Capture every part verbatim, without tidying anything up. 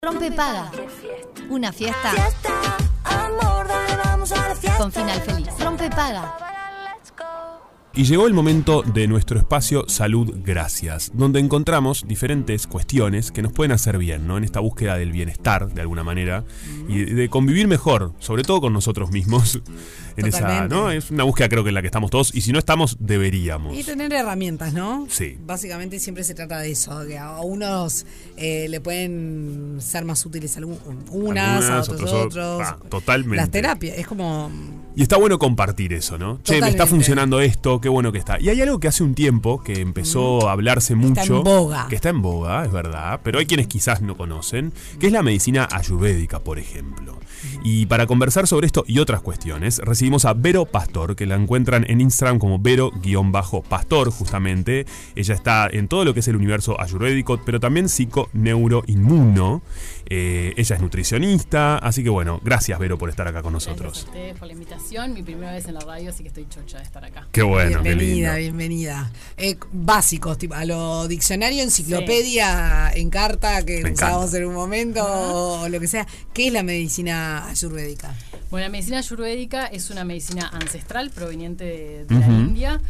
Rompe Paga. Una fiesta Fiesta, amor, dale, vamos a la fiesta. con final feliz. Rompe Paga. Y llegó el momento de nuestro espacio Salud Gracias, donde encontramos diferentes cuestiones que nos pueden hacer bien, ¿no? En esta búsqueda del bienestar, de alguna manera, y de convivir mejor, sobre todo con nosotros mismos. En esa, ¿no? Es una búsqueda, creo que en la que estamos todos, y si no estamos, deberíamos. Y tener herramientas, ¿no? Sí. Básicamente siempre se trata de eso, que a unos eh, le pueden ser más útiles algún, unas, Algunas, a otros otros, otros. ah, totalmente. Las terapias, es como... Y está bueno compartir eso, ¿no? Che, me está Totalmente. funcionando esto, qué bueno que está. Y hay algo que hace un tiempo que empezó a hablarse mucho. Está en boga. Que está en boga, es verdad, pero hay quienes quizás no conocen, que es la medicina ayurvédica, por ejemplo. Y para conversar sobre esto y otras cuestiones, recibimos a Vero Pastor, que la encuentran en Instagram como Vero-Pastor, justamente. Ella está en todo lo que es el universo ayurvédico, pero también psico-neuroinmuno. Eh, ella es nutricionista, así que bueno, gracias Vero por estar acá con nosotros. Gracias a ustedes por la invitación, mi primera vez en la radio, así que estoy chocha de estar acá. Qué bueno, bienvenida, qué lindo. bienvenida. Eh, básicos, tipo, a lo diccionario, enciclopedia, en carta que Me usábamos encanta. en un momento, o lo que sea. ¿Qué es la medicina ayurvédica? Bueno, la medicina ayurvédica es una medicina ancestral proveniente de, de la Ujú. India,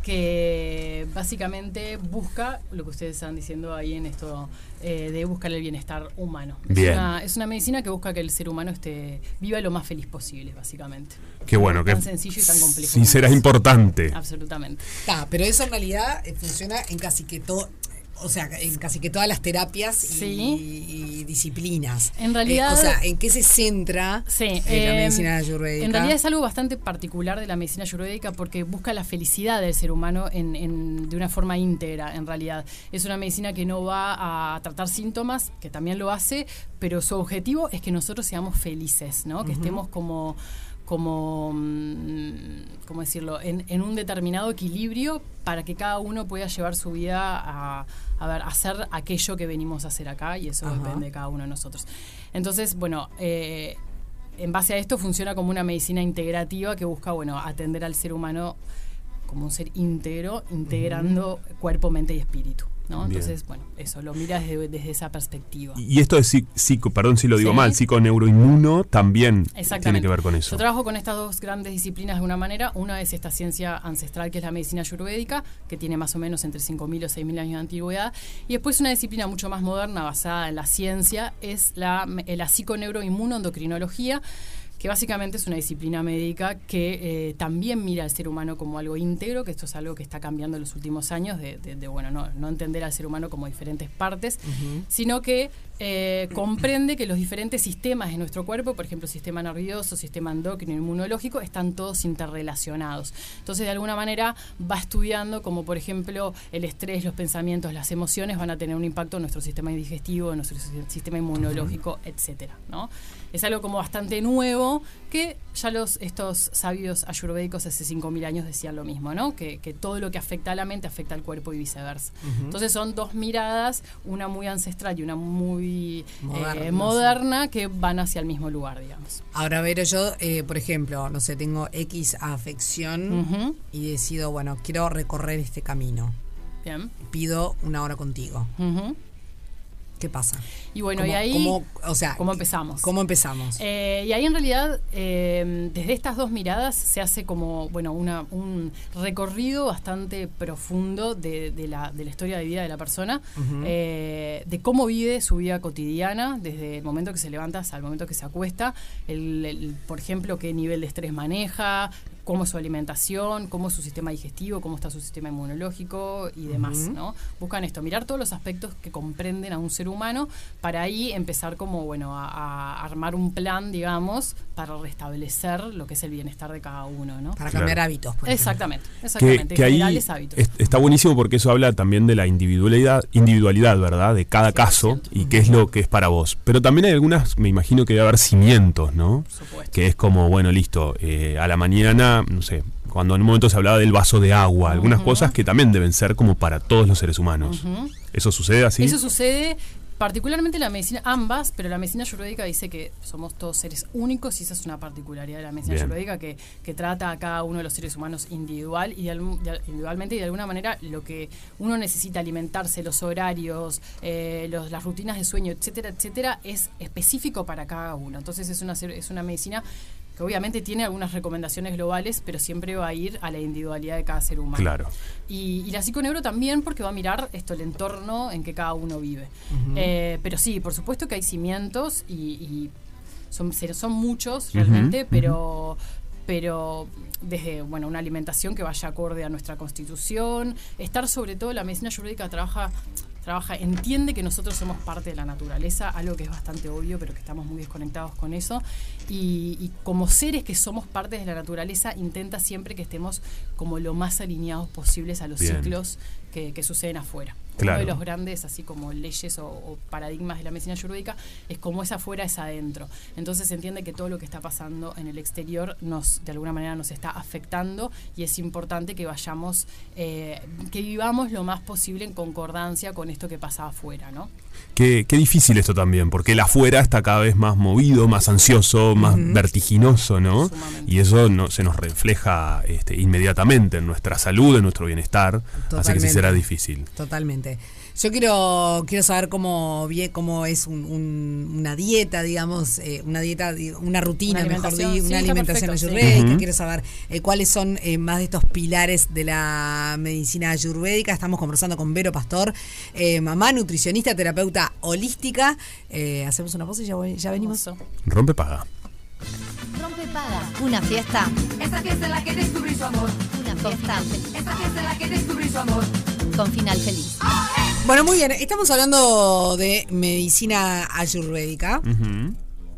que básicamente busca lo que ustedes están diciendo ahí en esto eh, de buscar el bienestar humano. Es Bien. una, es una medicina que busca que el ser humano esté viva lo más feliz posible, básicamente. Qué bueno, Tan que sencillo y tan complejo. sí como será es. importante. Absolutamente. Ah, pero eso en realidad eh, funciona en casi que todo, o sea, en casi que todas las terapias y, Sí. y disciplinas. En realidad- Eh, o sea, ¿en qué se centra Sí, en la eh, medicina ayurvédica? En realidad es algo bastante particular de la medicina ayurvédica porque busca la felicidad del ser humano en, en- de una forma íntegra, en realidad. Es una medicina que no va a tratar síntomas, que también lo hace, pero su objetivo es que nosotros seamos felices, ¿no? Que estemos como como, mm, ¿cómo decirlo?, en, en un determinado equilibrio para que cada uno pueda llevar su vida a, a ver, a hacer aquello que venimos a hacer acá, y eso Ajá. depende de cada uno de nosotros. Entonces, bueno, eh, en base a esto funciona como una medicina integrativa que busca, bueno, atender al ser humano como un ser íntegro, integrando cuerpo, mente y espíritu, ¿no? Bien. Entonces, bueno, eso, lo miras desde, desde esa perspectiva. Y esto es psi- psico, perdón si lo digo Sí. mal, psiconeuroinmuno también tiene Exactamente. que ver con eso. Yo trabajo con estas dos grandes disciplinas de una manera. Una es esta ciencia ancestral que es la medicina ayurvédica, que tiene más o menos entre cinco mil o seis mil años de antigüedad. Y después una disciplina mucho más moderna, basada en la ciencia, es la, la psiconeuroinmunoendocrinología, que básicamente es una disciplina médica que eh, también mira al ser humano como algo íntegro, que esto es algo que está cambiando en los últimos años, de, de, de, bueno, no, no entender al ser humano como diferentes partes, sino que eh, comprende que los diferentes sistemas de nuestro cuerpo, por ejemplo, sistema nervioso, sistema endocrino, inmunológico, están todos interrelacionados. Entonces, de alguna manera, va estudiando como, por ejemplo, el estrés, los pensamientos, las emociones van a tener un impacto en nuestro sistema digestivo, en nuestro sistema inmunológico, etcétera, ¿no? Es algo como bastante nuevo, que ya los estos sabios ayurvédicos hace cinco mil años decían lo mismo, ¿no? Que, que todo lo que afecta a la mente afecta al cuerpo y viceversa. Entonces son dos miradas, una muy ancestral y una muy Moderna, eh, moderna, que van hacia el mismo lugar, digamos. Ahora, Vero, yo, eh, por ejemplo, no sé, tengo X afección Ujú. y decido, bueno, quiero recorrer este camino. Bien. Pido una hora contigo. Ujú. ¿Qué pasa? Y bueno, ¿Cómo- y ahí, cómo- o sea, ¿cómo empezamos? ¿Cómo empezamos? Eh, y ahí en realidad, eh, desde estas dos miradas se hace como, bueno, una, un recorrido bastante profundo de, de, la, de la historia de vida de la persona, eh, de cómo vive su vida cotidiana, desde el momento que se levanta hasta el momento que se acuesta, el, el, por ejemplo, qué nivel de estrés maneja, cómo es su alimentación, cómo es su sistema digestivo, cómo está su sistema inmunológico y demás, ¿no? Buscan esto, mirar todos los aspectos que comprenden a un ser humano, para ahí empezar como, bueno, a, a armar un plan, digamos, para restablecer lo que es el bienestar de cada uno, ¿no? Para Claro. cambiar hábitos, por ejemplo. Exactamente, Que, exactamente, que ahí generales hábitos. es- está buenísimo porque eso habla también de la individualidad, individualidad, ¿verdad? De cada caso y qué es lo que es para vos. Pero también hay algunas, me imagino que debe haber cimientos, ¿no? Por supuesto. Que es como, bueno, listo, eh, a la mañana, no sé, cuando en un momento se hablaba del vaso de agua, algunas cosas que también deben ser como para todos los seres humanos. Ujú. ¿Eso sucede así? Eso sucede Particularmente la medicina, ambas, pero la medicina ayurvédica dice que somos todos seres únicos y esa es una particularidad de la medicina Bien. ayurvédica que, que trata a cada uno de los seres humanos individual y de, algún- de- individualmente y de alguna manera lo que uno necesita alimentarse, los horarios, eh, los- las rutinas de sueño, etcétera, etcétera, es específico para cada uno. Entonces es una, es una medicina que obviamente tiene algunas recomendaciones globales, pero siempre va a ir a la individualidad de cada ser humano. Claro. Y, y la psiconeuro también porque va a mirar esto, el entorno en que cada uno vive. Eh, pero sí, por supuesto que hay cimientos y, y son, se- son muchos realmente, Ujú, pero... pero desde bueno una alimentación que vaya acorde a nuestra constitución, estar sobre todo, la medicina ayurvédica trabaja trabaja, entiende que nosotros somos parte de la naturaleza, algo que es bastante obvio, pero que estamos muy desconectados con eso, y, y como seres que somos parte de la naturaleza, intenta siempre que estemos como lo más alineados posibles a los Bien. ciclos que, que suceden afuera. Claro. Uno de los grandes, así como leyes o, o paradigmas de la medicina ayurvédica, es como es afuera, es adentro. Entonces se entiende que todo lo que está pasando en el exterior nos, de alguna manera, nos está afectando y es importante que vayamos, eh, que vivamos lo más posible en concordancia con esto que pasa afuera, ¿no? Qué, qué difícil esto también, porque el afuera está cada vez más movido, más ansioso, más vertiginoso, ¿no? Sumamente. Y eso no, se nos refleja este, inmediatamente en nuestra salud, en nuestro bienestar. Así que sí Totalmente. será difícil. Totalmente. Yo quiero quiero saber cómo bien cómo es un- un- una dieta, digamos, eh, una dieta, di- una rutina, Una mejor alimentación, dicho, sí, una está alimentación perfecto, sí. ayurvédica. Ujú. Quiero saber eh, cuáles son eh, más de estos pilares de la medicina ayurvédica. Estamos conversando con Vero Pastor, eh, mamá, nutricionista, terapeuta holística. Eh, hacemos una pausa y ya, voy- ya venimos. Hermoso. Rompe paga. Rompe paga. Una fiesta. Esta fiesta en la que descubrí su amor. Una fiesta Esta fiesta en la que descubrí su amor. con final feliz. Bueno, muy bien. Estamos hablando de medicina ayurvédica Ujú.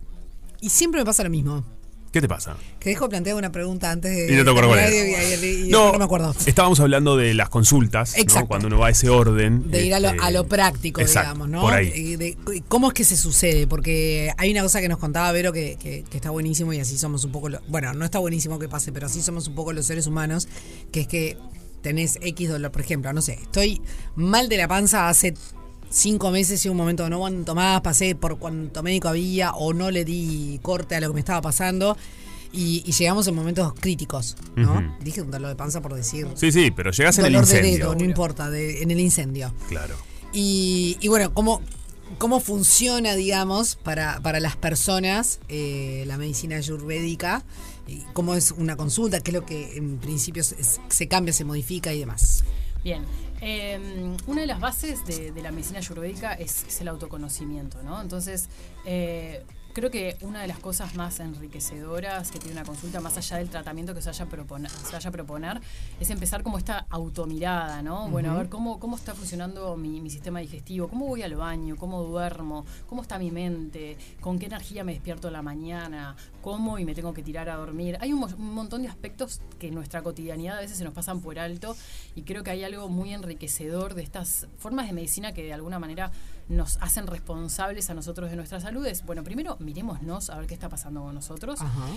y siempre me pasa lo mismo. ¿Qué te pasa? Que dejo plantear una pregunta antes de. Y no te acuerdas cuál terminar era. y- y- y- y No, después no me acuerdo. estábamos hablando de las consultas, ¿no? Exacto. Cuando uno va a ese orden. De ir a lo, este, a lo práctico, exacto, digamos, ¿no? Por ahí. Y de- ¿Cómo es que se sucede? Porque hay una cosa que nos contaba Vero que, que- que está buenísimo y así somos un poco. lo- bueno, no está buenísimo que pase, pero así somos un poco los seres humanos, que es que tenés X dolor. Por ejemplo, no sé, estoy mal de la panza hace cinco meses y un momento no aguanto más, pasé por cuanto médico había o no le di corte a lo que me estaba pasando. Y, y llegamos en momentos críticos, ¿no? Ujú. Dije un dolor de panza por decir. Sí, sí, pero llegás en el dolor de incendio. dedo, no importa, de- en el incendio. Claro. Y, y bueno, ¿cómo, cómo funciona, digamos, para, para las personas eh, la medicina ayurvédica? Y ¿Cómo es una consulta? ¿Qué es lo que en principio se, se cambia, se modifica y demás? Bien, eh, una de las bases de, de la medicina ayurvédica es, es el autoconocimiento, ¿no? Entonces, eh, creo que una de las cosas más enriquecedoras que tiene una consulta, más allá del tratamiento que se vaya a proponer, se vaya a proponer es empezar como esta automirada, ¿no? Bueno, a ver cómo, cómo está funcionando mi, mi sistema digestivo, cómo voy al baño, cómo duermo, cómo está mi mente, con qué energía me despierto en la mañana, cómo y me tengo que tirar a dormir. Hay un, mo- un montón de aspectos que en nuestra cotidianidad a veces se nos pasan por alto y creo que hay algo muy enriquecedor de estas formas de medicina que de alguna manera nos hacen responsables a nosotros de nuestra salud. Es, bueno, primero mirémonos a ver qué está pasando con nosotros. Ajá.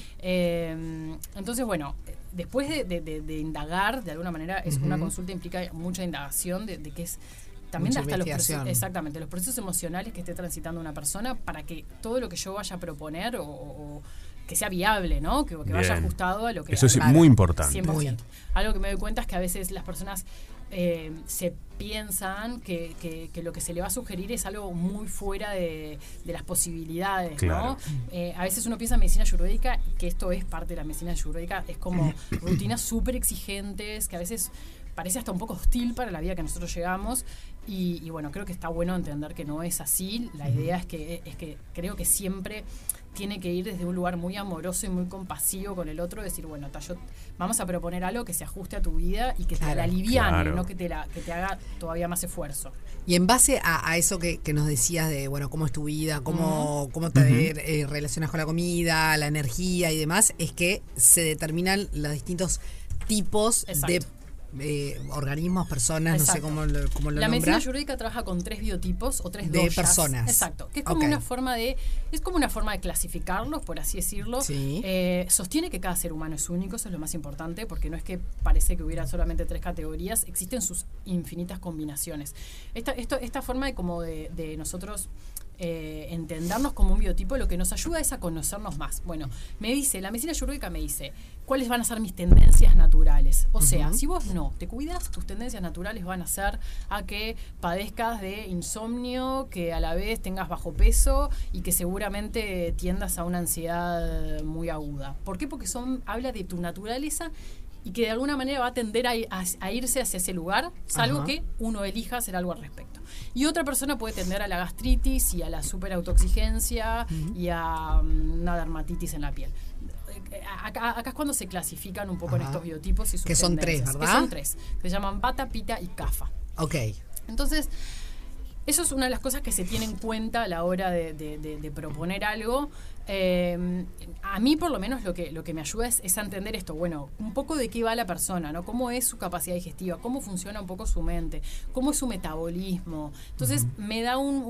Eh, entonces, bueno, después de, de- de- de indagar, de alguna manera, es una consulta implica mucha indagación de, de qué es también Mucha hasta los investigación. procesos, exactamente, los procesos emocionales que esté transitando una persona para que todo lo que yo vaya a proponer o, o- o que sea viable, ¿no? Que, que vaya Bien. ajustado a lo que Eso es claro, muy importante. cien por Muy. ciento. Algo que me doy cuenta es que a veces las personas eh, se piensan que, que- que lo que se le va a sugerir es algo muy fuera de, de las posibilidades, Claro. ¿no? Eh, a veces uno piensa en medicina ayurvédica, que esto es parte de la medicina ayurvédica, es como rutinas súper exigentes, que a veces parece hasta un poco hostil para la vida que nosotros llegamos. Y, y bueno, creo que está bueno entender que no es así. La idea es que, es que creo que siempre tiene que ir desde un lugar muy amoroso y muy compasivo con el otro, decir, bueno, ta, yo, vamos a proponer algo que se ajuste a tu vida y que te Claro. la aliviane, Claro. no que te, la, que te haga todavía más esfuerzo. Y en base a, a eso que, que nos decías de, bueno, cómo es tu vida, cómo, cómo te eh, relacionas con la comida, la energía y demás, es que se determinan los distintos tipos Exacto. de eh, organismos, personas, Exacto. no sé cómo lo, cómo lo La nombra. medicina ayurvédica trabaja con tres biotipos o tres De doyas. personas. Exacto. Que es como Ok. una forma de, es como una forma de clasificarlos, por así decirlo. Sí. Eh, sostiene que cada ser humano es único, eso es lo más importante, porque no es que parece que hubiera solamente tres categorías, existen sus infinitas combinaciones. Esta, esto, esta forma de como de, de nosotros eh, entendernos como un biotipo, lo que nos ayuda es a conocernos más. Bueno, me dice, la medicina ayurvédica me dice, ¿cuáles van a ser mis tendencias naturales? O sea, si vos no te cuidas, tus tendencias naturales van a ser a que padezcas de insomnio, que a la vez tengas bajo peso y que seguramente tiendas a una ansiedad muy aguda. ¿Por qué? Porque son, habla de tu naturaleza y que de alguna manera va a tender a, a, a irse hacia ese lugar, salvo Ajá. que uno elija hacer algo al respecto. Y otra persona puede tender a la gastritis y a la superautoexigencia uh-huh. y a um, una dermatitis en la piel. Acá, acá es cuando se clasifican un poco Ajá. en estos biotipos y sus que son tres, tendencias. ¿verdad? Que son tres. Que se llaman Vata, Pitta y Kapha. Ok. Entonces, eso es una de las cosas que se tiene en cuenta a la hora de, de, de, de proponer algo. Eh, a mí, por lo menos, lo que, lo que me ayuda es, es a entender esto. Bueno, un poco de qué va la persona, ¿no? Cómo es su capacidad digestiva, cómo funciona un poco su mente, cómo es su metabolismo. Entonces, uh-huh. me da un,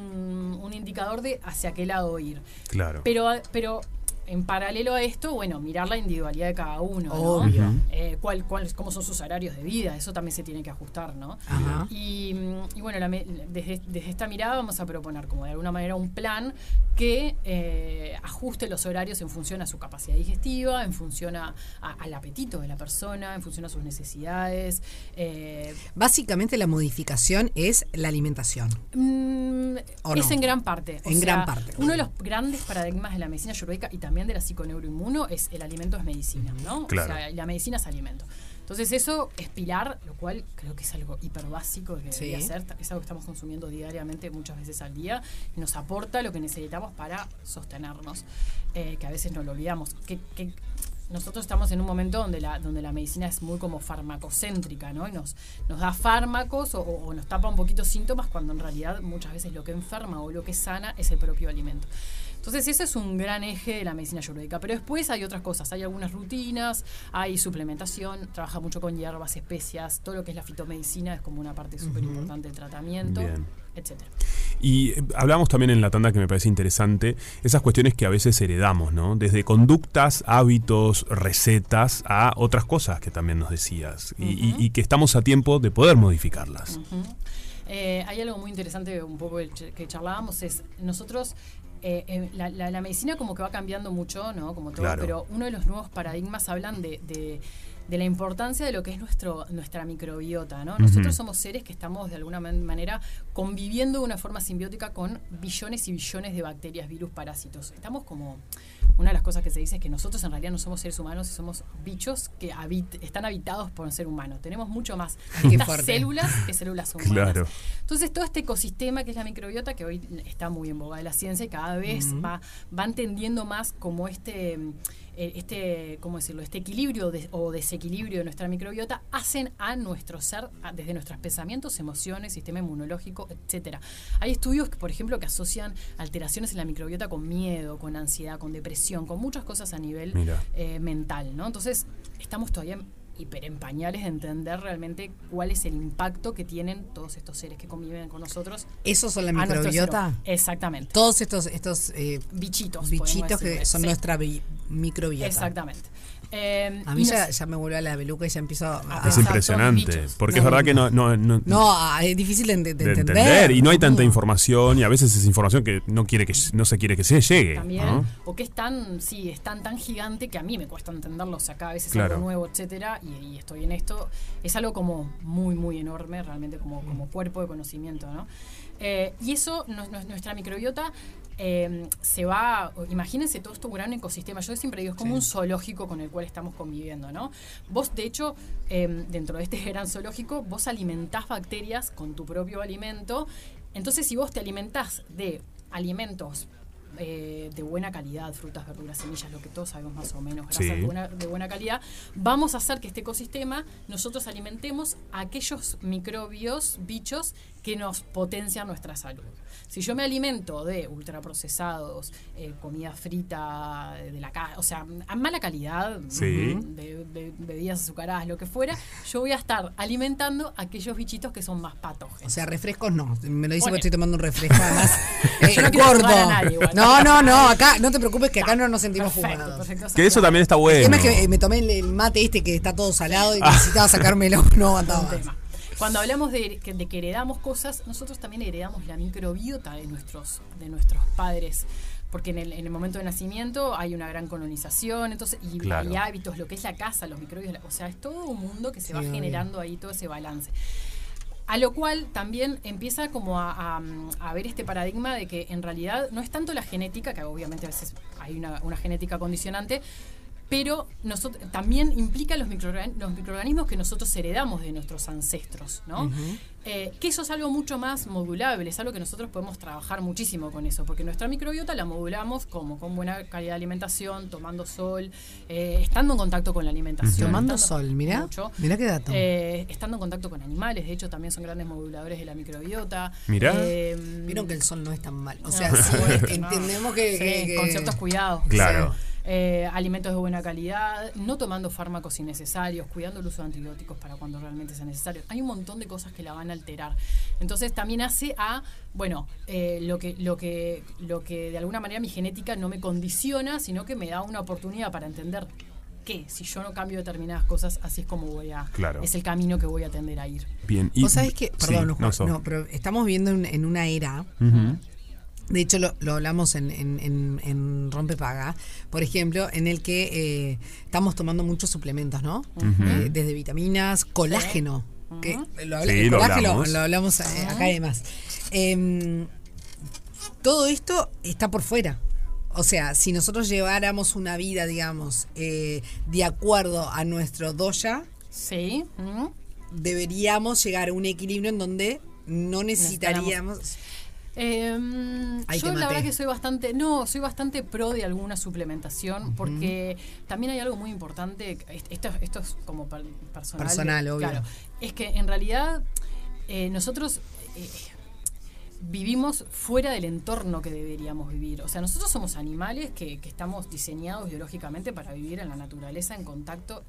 un, un indicador de hacia qué lado ir. Claro. Pero, pero en paralelo a esto, bueno, mirar la individualidad de cada uno, ¿no? Obvio. Eh, cuál, cuál, cómo son sus horarios de vida, eso también se tiene que ajustar, ¿no? Ajá. Y, y bueno, la, desde, desde esta mirada vamos a proponer como de alguna manera un plan que eh, ajuste los horarios en función a su capacidad digestiva, en función a, a, al apetito de la persona, en función a sus necesidades. Eh, Básicamente la modificación es la alimentación. Mm, ¿O es no? en gran parte. O En sea, gran parte. Uno de los grandes paradigmas de la medicina ayurvédica y también de la psiconeuroinmuno es el alimento es medicina, ¿no? Claro. O sea, la medicina es alimento. Entonces eso es pilar, lo cual creo que es algo hiper básico que Sí. debería ser. Es algo que estamos consumiendo diariamente muchas veces al día y nos aporta lo que necesitamos para sostenernos, eh, que a veces no lo olvidamos. Que, que nosotros estamos en un momento donde la, donde la medicina es muy como farmacocéntrica, ¿no? Y nos, nos da fármacos o, o nos tapa un poquito síntomas cuando en realidad muchas veces lo que enferma o lo que sana es el propio alimento. Entonces ese es un gran eje de la medicina ayurvédica. Pero después hay otras cosas, hay algunas rutinas, hay suplementación, trabaja mucho con hierbas, especias, todo lo que es la fitomedicina es como una parte súper importante del tratamiento, Bien. etcétera. Y eh, hablamos también en la tanda, que me parece interesante, esas cuestiones que a veces heredamos, ¿no? Desde conductas, hábitos, recetas, a otras cosas que también nos decías. Y, y, y que estamos a tiempo de poder modificarlas. Uh-huh. Eh, hay algo muy interesante, un poco que charlábamos, es nosotros... Eh, eh, la, la, la medicina como que va cambiando mucho, ¿no? Como todo, Claro. pero uno de los nuevos paradigmas hablan de, de, de la importancia de lo que es nuestro nuestra microbiota, ¿no? Nosotros Uh-huh. somos seres que estamos de alguna man- manera conviviendo de una forma simbiótica con billones y billones de bacterias, virus, parásitos. Estamos como... Una de las cosas que se dice es que nosotros en realidad no somos seres humanos, somos bichos que habit- están habitados por un ser humano. Tenemos mucho más Qué estas fuerte. células que células humanas. Claro. Entonces todo este ecosistema que es la microbiota, que hoy está muy en boga de la ciencia y cada vez uh-huh. va, va entendiendo más como este, este, ¿cómo decirlo? Este equilibrio de, o desequilibrio de nuestra microbiota hacen a nuestro ser, a, desde nuestros pensamientos, emociones, sistema inmunológico, etcétera. Hay estudios, por ejemplo, que asocian alteraciones en la microbiota con miedo, con ansiedad, con depresión, con muchas cosas a nivel eh, mental, ¿no? Entonces estamos todavía hiper en pañales de entender realmente cuál es el impacto que tienen todos estos seres que conviven con nosotros. ¿Esos son la a nuestro microbiota? cerebro. Exactamente. Todos estos estos eh, bichitos. bichitos que son sí. nuestra bi- microbiota. Exactamente. Eh, a mí ya, nos, ya me vuelve a la peluca y ya empiezo a... a Es impresionante, porque no, es verdad que no... No, no, no es difícil de, de, de entender, entender. Y no hay tanta información, y a veces es información que no quiere que no se quiere que se llegue. También, ¿no? o que es tan, sí, es tan, tan gigante que a mí me cuesta entenderlo, o sea, cada vez es Claro. algo nuevo, etcétera, y, y estoy en esto. Es algo como muy, muy enorme, realmente como, como cuerpo de conocimiento, ¿no? Eh, y eso, no, no, nuestra microbiota eh, se va, imagínense todo esto gran ecosistema, yo siempre digo, es como sí. un zoológico con el cual estamos conviviendo, ¿no? Vos, de hecho, eh, dentro de este gran zoológico, vos alimentás bacterias con tu propio alimento, entonces si vos te alimentás de alimentos Eh, de buena calidad, frutas, verduras, semillas, lo que todos sabemos más o menos, grasas sí. de, buena, de buena calidad, vamos a hacer que este ecosistema nosotros alimentemos a aquellos microbios, bichos que nos potencian nuestra salud. Si yo me alimento de ultraprocesados, eh, comida frita de la casa, o sea, a mala calidad, Sí. de, de bebidas azucaradas, lo que fuera, yo voy a estar alimentando a aquellos bichitos que son más patógenos. O sea, refrescos no. Me lo dice Bueno. porque estoy tomando un refresco además. eh, Yo no quiero gordo. juzgar a nadie igual. No, no, no. Acá, no te preocupes que acá no nos sentimos Perfecto, fumados. perfecto. Que eso también está El bueno. tema es que eh, me tomé el, el mate este que está todo salado Ah. y necesitaba sacármelo, no aguantaba Un más. tema. Cuando hablamos de que, de que heredamos cosas, nosotros también heredamos la microbiota de nuestros, de nuestros padres. Porque en el, en el momento de nacimiento hay una gran colonización, entonces y, Claro. y hábitos, lo que es la casa, los microbios, la- o sea, es todo un mundo que se Sí, va obvio. generando ahí todo ese balance. A lo cual también empieza como a, a, a ver este paradigma de que en realidad no es tanto la genética, que obviamente a veces hay una, una genética condicionante, pero nosotros, también implica los, microorgan- los microorganismos que nosotros heredamos de nuestros ancestros, ¿no? Eh, que eso es algo mucho más modulable, es algo que nosotros podemos trabajar muchísimo con eso, porque nuestra microbiota la modulamos como con buena calidad de alimentación, tomando sol, eh, estando en contacto con la alimentación. Tomando estando sol, mirá. mucho, Mirá qué dato. eh, estando en contacto con animales, de hecho también son grandes moduladores de la microbiota. Mirá. Eh, Vieron que el sol no es tan mal. O no, sea, por sí, supuesto, entendemos no. que, Sí, que- que- con ciertos cuidados. Claro. Eh, alimentos de buena calidad, no tomando fármacos innecesarios, cuidando el uso de antibióticos para cuando realmente sea necesario. Hay un montón de cosas que la van a alterar. Entonces también hace a, bueno, eh, lo que, lo que, lo que de alguna manera mi genética no me condiciona, sino que me da una oportunidad para entender que si yo no cambio determinadas cosas, así es como voy a, Claro. es el camino que voy a tender a ir. Bien. Y, Vos sabés que, sí, perdón, Juan, no, so- no, pero estamos viviendo en, en una era. Ujú. De hecho, lo, lo hablamos en, en, en, en Rompepaga, por ejemplo, en el que eh, estamos tomando muchos suplementos, ¿no? Eh, desde vitaminas, colágeno. Que lo, habla- Sí, el lo colágeno hablamos. lo hablamos eh, acá y demás. Em, todo esto está por fuera. O sea, si nosotros lleváramos una vida, digamos, eh, de acuerdo a nuestro doya, Sí. ¿Mm? deberíamos llegar a un equilibrio en donde no necesitaríamos... Eh, Ahí yo te la maté. verdad que soy bastante, no, soy bastante pro de alguna suplementación, porque también hay algo muy importante, esto, esto es como per- personal. Personal, obvio. Claro, es que en realidad eh, nosotros eh, vivimos fuera del entorno que deberíamos vivir. O sea, nosotros somos animales que, que estamos diseñados biológicamente para vivir en la naturaleza, en contacto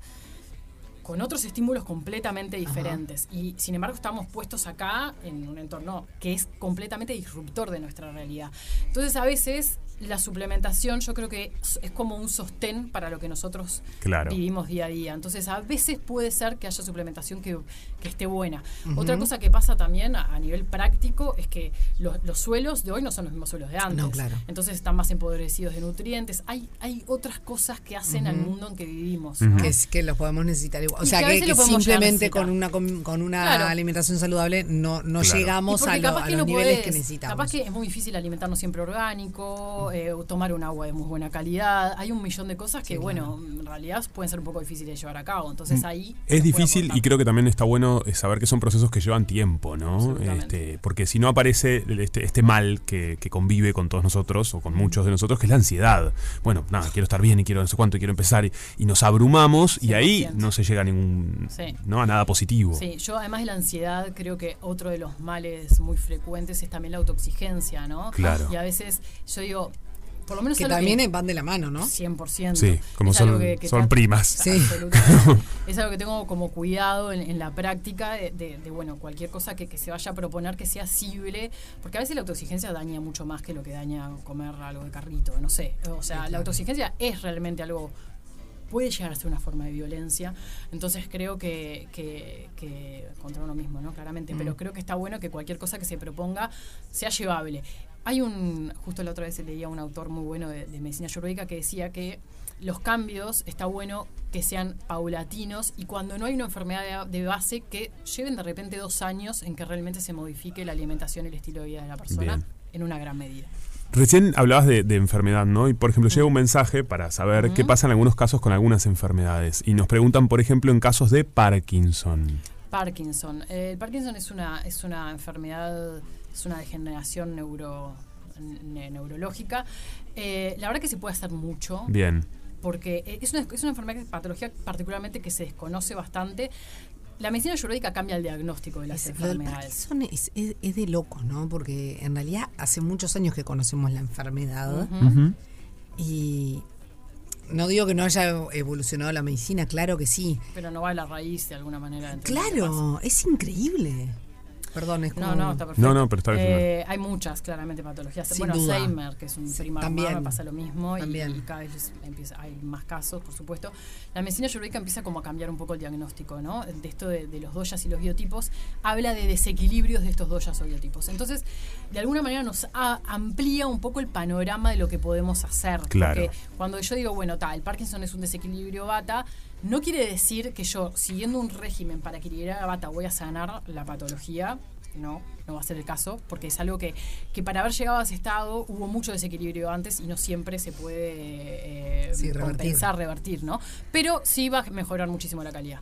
con otros estímulos completamente diferentes. Y sin embargo estamos puestos acá en un entorno que es completamente disruptor de nuestra realidad. Entonces a veces la suplementación yo creo que es es como un sostén para lo que nosotros Claro. vivimos día a día. Entonces a veces puede ser que haya suplementación que, que esté buena. Otra cosa que pasa también a, a nivel práctico es que los, los suelos de hoy no son los mismos suelos de antes. No, claro. Entonces están más empobrecidos de nutrientes. Hay, hay otras cosas que hacen al mundo en que vivimos, ¿no? Que, es, que los podemos necesitar igual. O Y sea, que a que, veces que lo podemos llegar a simplemente necesitar. con una com- con una Claro. alimentación saludable no, no Claro. Y llegamos porque a, lo- capaz a que los no niveles podés, que necesitamos. Capaz que es muy difícil alimentarnos siempre orgánico, eh, o tomar un agua de muy buena calidad. Hay un millón de cosas que, bueno, en realidad pueden ser un poco difíciles de llevar a cabo. Entonces ahí... se Es puede difícil aportar. y creo que también está bueno eh, saber que son procesos que llevan tiempo, ¿no? Absolutamente. Este, porque si no aparece este, este mal que, que convive con todos nosotros o con muchos de nosotros, que es la ansiedad. Bueno, nada, quiero estar bien y quiero no sé cuánto y quiero empezar y, y nos abrumamos y ahí cien por ciento. no se llega a ningún, Sí. no a nada positivo. Sí, yo además de la ansiedad, creo que otro de los males muy frecuentes es también la autoexigencia, ¿no? Claro. Y a veces yo digo, por lo menos que algo también van de la mano, ¿no? cien por ciento. Sí, como Es son, algo que- que son trato- primas. Sí. Absolutamente. Es algo que tengo como cuidado en, en la práctica de, de- de, bueno, cualquier cosa que, que se vaya a proponer que sea asible, porque a veces la autoexigencia daña mucho más que lo que daña comer algo de carrito, no sé. O sea, la autoexigencia es realmente algo, puede llegar a ser una forma de violencia, entonces creo que, que, que contra uno mismo, ¿no? Claramente, pero creo que está bueno que cualquier cosa que se proponga sea llevable. Hay un, justo la otra vez leía un autor muy bueno de, de medicina ayurvédica que decía que los cambios está bueno que sean paulatinos y cuando no hay una enfermedad de, de base que lleven de repente dos años en que realmente se modifique la alimentación y el estilo de vida de la persona Bien. en una gran medida. Recién hablabas de, de enfermedad, ¿no? Y por ejemplo, llega un mensaje para saber qué pasa en algunos casos con algunas enfermedades. Y nos preguntan, por ejemplo, en casos de Parkinson. Parkinson. Eh, el Parkinson es una, es una enfermedad, es una degeneración neuro, ne- neurológica. Eh, la verdad que se puede hacer mucho. Bien. Porque es una, es una enfermedad, patología particularmente que se desconoce bastante. la medicina ayurvédica cambia el diagnóstico de las Es- lo del enfermedades. Parkinson es, es- es de locos, ¿no? Porque en realidad hace muchos años que conocemos la enfermedad Ujú. y no digo que no haya evolucionado la medicina, claro que sí. Pero no va a la raíz de alguna manera. de entender qué pasa. Claro, es increíble. Perdón, es como... No, no, está perfecto. No, no, pero está bien. Eh, hay muchas, claramente, patologías. Sin bueno, duda. Alzheimer, que es un Sí, primo también. hermano, me pasa lo mismo. Y, También. y cada vez empieza, hay más casos, por supuesto. La medicina ayurvédica empieza como a cambiar un poco el diagnóstico, ¿no? De esto de, de los doyas y los biotipos. Habla de desequilibrios de estos doyas o biotipos. Entonces, de alguna manera nos a- amplía un poco el panorama de lo que podemos hacer. Claro. Porque cuando yo digo, bueno, tal, el Parkinson es un desequilibrio bata, no quiere decir que yo, siguiendo un régimen para equilibrar a bata, voy a sanar la patología. No, no va a ser el caso, porque es algo que, que para haber llegado a ese estado hubo mucho desequilibrio antes y no siempre se puede eh, Sí, revertir. compensar, revertir, ¿no? Pero sí va a mejorar muchísimo la calidad.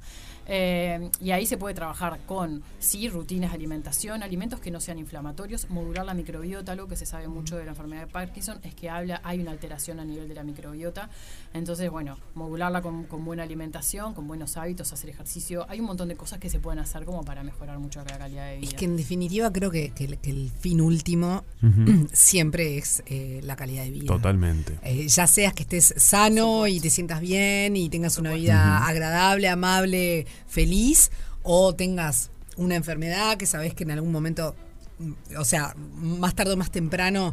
Eh, y ahí se puede trabajar con, sí, rutinas de alimentación, alimentos que no sean inflamatorios, modular la microbiota. Algo que se sabe mucho de la enfermedad de Parkinson es que habla, hay una alteración a nivel de la microbiota. Entonces, bueno, modularla con, con buena alimentación, con buenos hábitos, hacer ejercicio. Hay un montón de cosas que se pueden hacer como para mejorar mucho la calidad de vida. Es que en definitiva creo que, que el, que el fin último Ujú. siempre es eh, la calidad de vida. Totalmente. Eh, ya seas que estés sano y te sientas bien y tengas una vida agradable, amable, feliz, o tengas una enfermedad que sabes que en algún momento, mm, o sea, más tarde o más temprano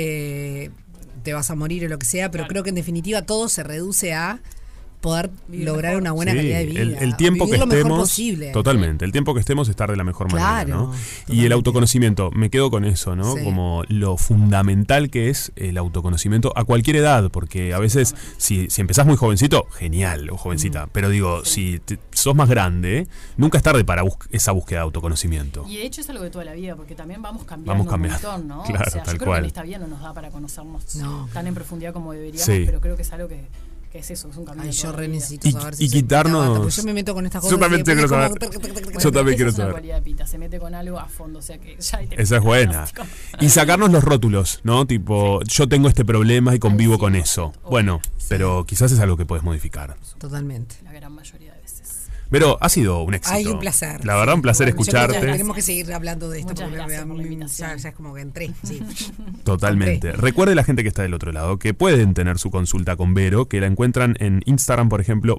eh, te vas a morir o lo que sea, pero Claro. creo que en definitiva todo se reduce a poder Vivir lograr mejor. una buena Sí, calidad de vida. El, el tiempo vivir que lo mejor estemos, posible. totalmente, el tiempo que estemos estar de la mejor manera, Claro, ¿no? Y el totalmente. autoconocimiento, me quedo con eso, ¿no? Sí. Como lo fundamental que es el autoconocimiento a cualquier edad, porque a veces si, si empezás muy jovencito, genial, o jovencita, pero digo, si te- sos más grande, nunca es tarde para bus- esa búsqueda de autoconocimiento. Y de hecho es algo de toda la vida, porque también vamos cambiando, Vamos cambiando. un montón, ¿no? Claro, o sea, tal yo creo cual. que en esta vida no nos da para conocernos No. tan en profundidad como deberíamos, Sí. pero creo que es algo que, que es eso, es un camino. Ay, de yo toda la re vida. necesito Y- saber y si soy quitarnos- pita, porque yo me meto con estas Yo cosas. también y después quiero es saber. como- Bueno, Yo pero también esa quiero es una saber. cualidad de Pita, se mete con algo a fondo, o sea que ya ahí te- Esa es buena. diagnóstico. Y sacarnos los rótulos, ¿no? Tipo, yo tengo este problema y convivo con eso. Bueno, pero quizás es algo que puedes modificar. Totalmente. La gran mayoría de veces. Pero ha sido un éxito. Ay, un placer. La verdad, un placer Bueno, yo creo que escucharte. tenemos que seguir hablando de esto Muchas porque gracias a por la mí invitación. ya, ya es como que entré. Sí. Totalmente. Recuerde la gente que está del otro lado que pueden tener su consulta con Vero, que la encuentran en Instagram, por ejemplo,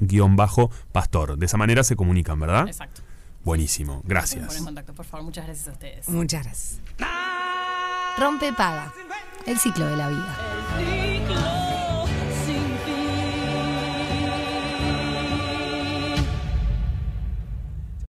Vero-Pastor. De esa manera se comunican, ¿verdad? Exacto. Buenísimo. Ponen Gracias. en contacto, por favor. Muchas gracias a ustedes. Muchas gracias. Rompe paga. El ciclo de la vida.